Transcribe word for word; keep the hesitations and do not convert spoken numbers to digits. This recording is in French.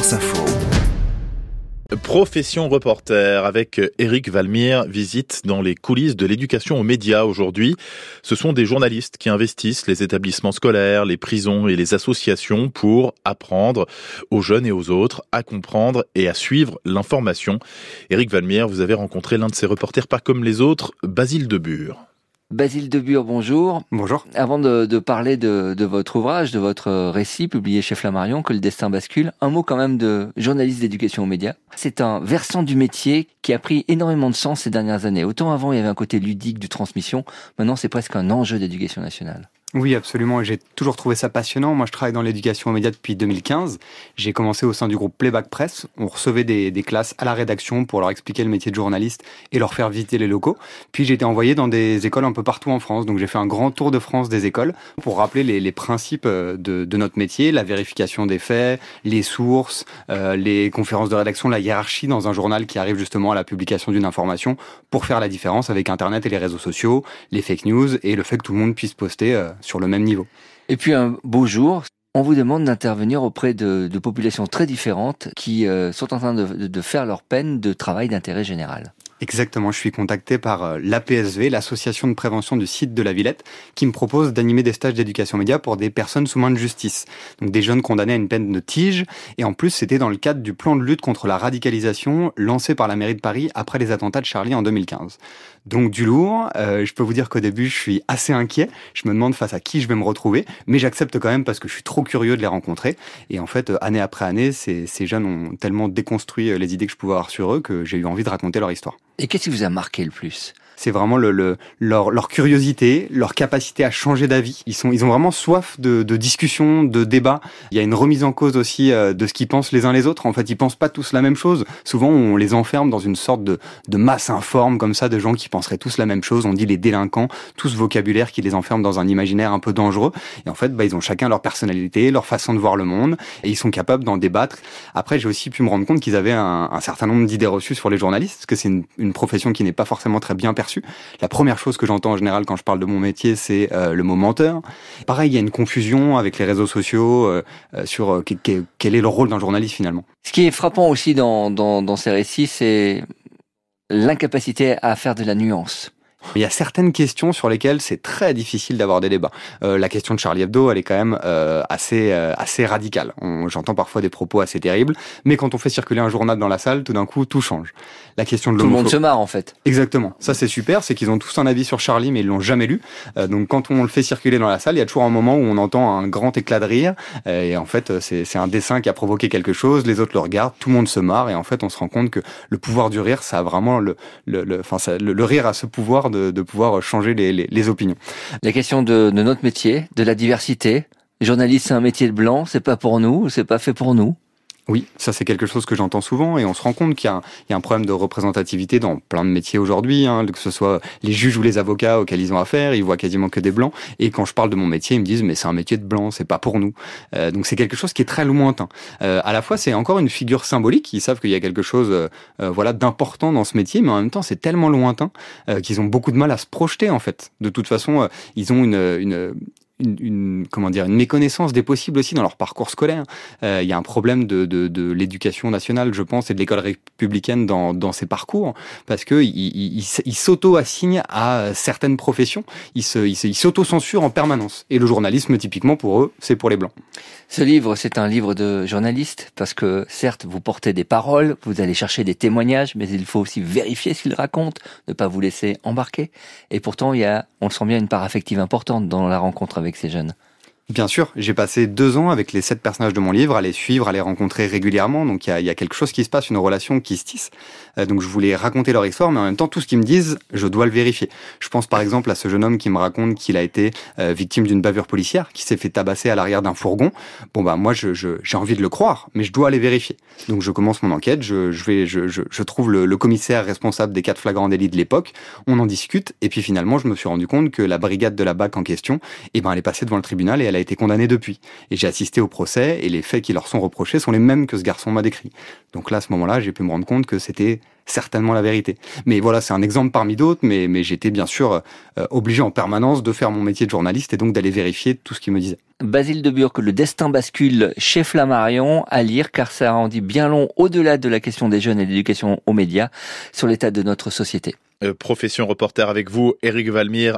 France Info. Profession reporter avec Éric Valmire, visite dans les coulisses de l'éducation aux médias aujourd'hui. Ce sont des journalistes qui investissent les établissements scolaires, les prisons et les associations pour apprendre aux jeunes et aux autres à comprendre et à suivre l'information. Éric Valmire, vous avez rencontré l'un de ces reporters pas comme les autres, Basile Debure. Basile Debure, bonjour. Bonjour. Avant de, de parler de, de votre ouvrage, de votre récit publié chez Flammarion, Que le destin bascule, un mot quand même de journaliste d'éducation aux médias. C'est un versant du métier qui a pris énormément de sens ces dernières années. Autant avant, il y avait un côté ludique de transmission. Maintenant, c'est presque un enjeu d'éducation nationale. Oui, absolument. Et j'ai toujours trouvé ça passionnant. Moi, je travaille dans l'éducation aux médias depuis deux mille quinze. J'ai commencé au sein du groupe Playback Press. On recevait des, des classes à la rédaction pour leur expliquer le métier de journaliste et leur faire visiter les locaux. Puis j'ai été envoyé dans des écoles un peu partout en France. Donc j'ai fait un grand tour de France des écoles pour rappeler les, les principes de, de notre métier, la vérification des faits, les sources, euh, les conférences de rédaction, la hiérarchie dans un journal qui arrive justement à la publication d'une information pour faire la différence avec Internet et les réseaux sociaux, les fake news et le fait que tout le monde puisse poster euh, sur le même niveau. Et puis un beau jour, on vous demande d'intervenir auprès de, de populations très différentes qui euh, sont en train de, de faire leur peine de travail d'intérêt général. Exactement, je suis contacté par l'A P S V, l'association de prévention du site de la Villette, qui me propose d'animer des stages d'éducation média pour des personnes sous main de justice. Donc des jeunes condamnés à une peine de tige. Et en plus, c'était dans le cadre du plan de lutte contre la radicalisation lancé par la mairie de Paris après les attentats de Charlie en deux mille quinze. Donc du lourd, euh, je peux vous dire qu'au début, je suis assez inquiet. Je me demande face à qui je vais me retrouver, mais j'accepte quand même parce que je suis trop curieux de les rencontrer. Et en fait, année après année, ces, ces jeunes ont tellement déconstruit les idées que je pouvais avoir sur eux que j'ai eu envie de raconter leur histoire. Et qu'est-ce qui vous a marqué le plus ? C'est vraiment le, le, leur, leur curiosité, leur capacité à changer d'avis. Ils sont, ils ont vraiment soif de, de discussion, de débat. Il y a une remise en cause aussi euh, de ce qu'ils pensent les uns les autres. En fait, ils pensent pas tous la même chose. Souvent, on les enferme dans une sorte de, de masse informe comme ça de gens qui penseraient tous la même chose. On dit les délinquants, tout ce vocabulaire qui les enferme dans un imaginaire un peu dangereux. Et en fait, bah, ils ont chacun leur personnalité, leur façon de voir le monde, et ils sont capables d'en débattre. Après, j'ai aussi pu me rendre compte qu'ils avaient un, un certain nombre d'idées reçues sur les journalistes, parce que c'est une, une profession qui n'est pas forcément très bien perçue. La première chose que j'entends en général quand je parle de mon métier, c'est euh, le mot menteur. Pareil, il y a une confusion avec les réseaux sociaux euh, euh, sur euh, quel, quel est le rôle d'un journaliste finalement. Ce qui est frappant aussi dans, dans, dans ces récits, c'est l'incapacité à faire de la nuance. Il y a certaines questions sur lesquelles c'est très difficile d'avoir des débats. Euh, la question de Charlie Hebdo, elle est quand même euh, assez euh, assez radicale. On, j'entends parfois des propos assez terribles, mais quand on fait circuler un journal dans la salle, tout d'un coup, tout change. La question de tout le l'homophobie. monde se marre en fait. Exactement. Ça c'est super, c'est qu'ils ont tous un avis sur Charlie, mais ils l'ont jamais lu. Euh, donc quand on le fait circuler dans la salle, il y a toujours un moment où on entend un grand éclat de rire. Euh, et en fait, c'est, c'est un dessin qui a provoqué quelque chose. Les autres le regardent, tout le monde se marre, et en fait, on se rend compte que le pouvoir du rire, ça a vraiment le le le, enfin, ça, le, le rire a ce pouvoir de, de pouvoir changer les, les, les opinions. La question de, de notre métier, de la diversité. Journaliste, c'est un métier de blanc, c'est pas pour nous, c'est pas fait pour nous. Oui, ça c'est quelque chose que j'entends souvent et on se rend compte qu'il y a un, il y a un problème de représentativité dans plein de métiers aujourd'hui, hein, que ce soit les juges ou les avocats auxquels ils ont affaire, ils voient quasiment que des blancs. Et quand je parle de mon métier, ils me disent mais c'est un métier de blanc, c'est pas pour nous. Euh, donc c'est quelque chose qui est très lointain. Euh, à la fois c'est encore une figure symbolique, ils savent qu'il y a quelque chose, euh, voilà, d'important dans ce métier, mais en même temps c'est tellement lointain euh, qu'ils ont beaucoup de mal à se projeter en fait. De toute façon, euh, ils ont une, une Une, une comment dire une méconnaissance des possibles aussi dans leur parcours scolaire. Euh, il y a un problème de, de, de l'éducation nationale, je pense, et de l'école républicaine dans, dans ces parcours, parce que ils, ils, ils s'auto-assignent à certaines professions, ils, se, ils, se, ils s'auto-censurent en permanence. Et le journalisme, typiquement, pour eux, c'est pour les blancs. Ce livre, c'est un livre de journaliste, parce que certes, vous portez des paroles, vous allez chercher des témoignages, mais il faut aussi vérifier ce qu'ils racontent, ne pas vous laisser embarquer. Et pourtant, il y a, on le sent bien, une part affective importante dans la rencontre avec ces jeunes. Bien sûr, j'ai passé deux ans avec les sept personnages de mon livre, à les suivre, à les rencontrer régulièrement. Donc il y a, il y a quelque chose qui se passe, une relation qui se tisse. Euh, donc je voulais raconter leur histoire, mais en même temps, tout ce qu'ils me disent, je dois le vérifier. Je pense par exemple à ce jeune homme qui me raconte qu'il a été euh, victime d'une bavure policière, qui s'est fait tabasser à l'arrière d'un fourgon. Bon bah moi, je, je, j'ai envie de le croire, mais je dois aller vérifier. Donc je commence mon enquête, je, je, vais, je, je, je trouve le, le commissaire responsable des cas de flagrant délit de l'époque, on en discute, et puis finalement, je me suis rendu compte que la brigade de la B A C en question, eh ben, elle est passée devant le tribunal et elle a été condamné depuis. Et j'ai assisté au procès, et les faits qui leur sont reprochés sont les mêmes que ce garçon m'a décrit. Donc là, à ce moment-là, j'ai pu me rendre compte que c'était certainement la vérité. Mais voilà, c'est un exemple parmi d'autres, mais, mais j'étais bien sûr euh, obligé en permanence de faire mon métier de journaliste et donc d'aller vérifier tout ce qu'il me disait. Basile de Burc, Le destin bascule chez Flammarion, à lire car ça en dit bien long au-delà de la question des jeunes et de l'éducation aux médias sur l'état de notre société. Euh, profession reporter avec vous, Éric Valmire.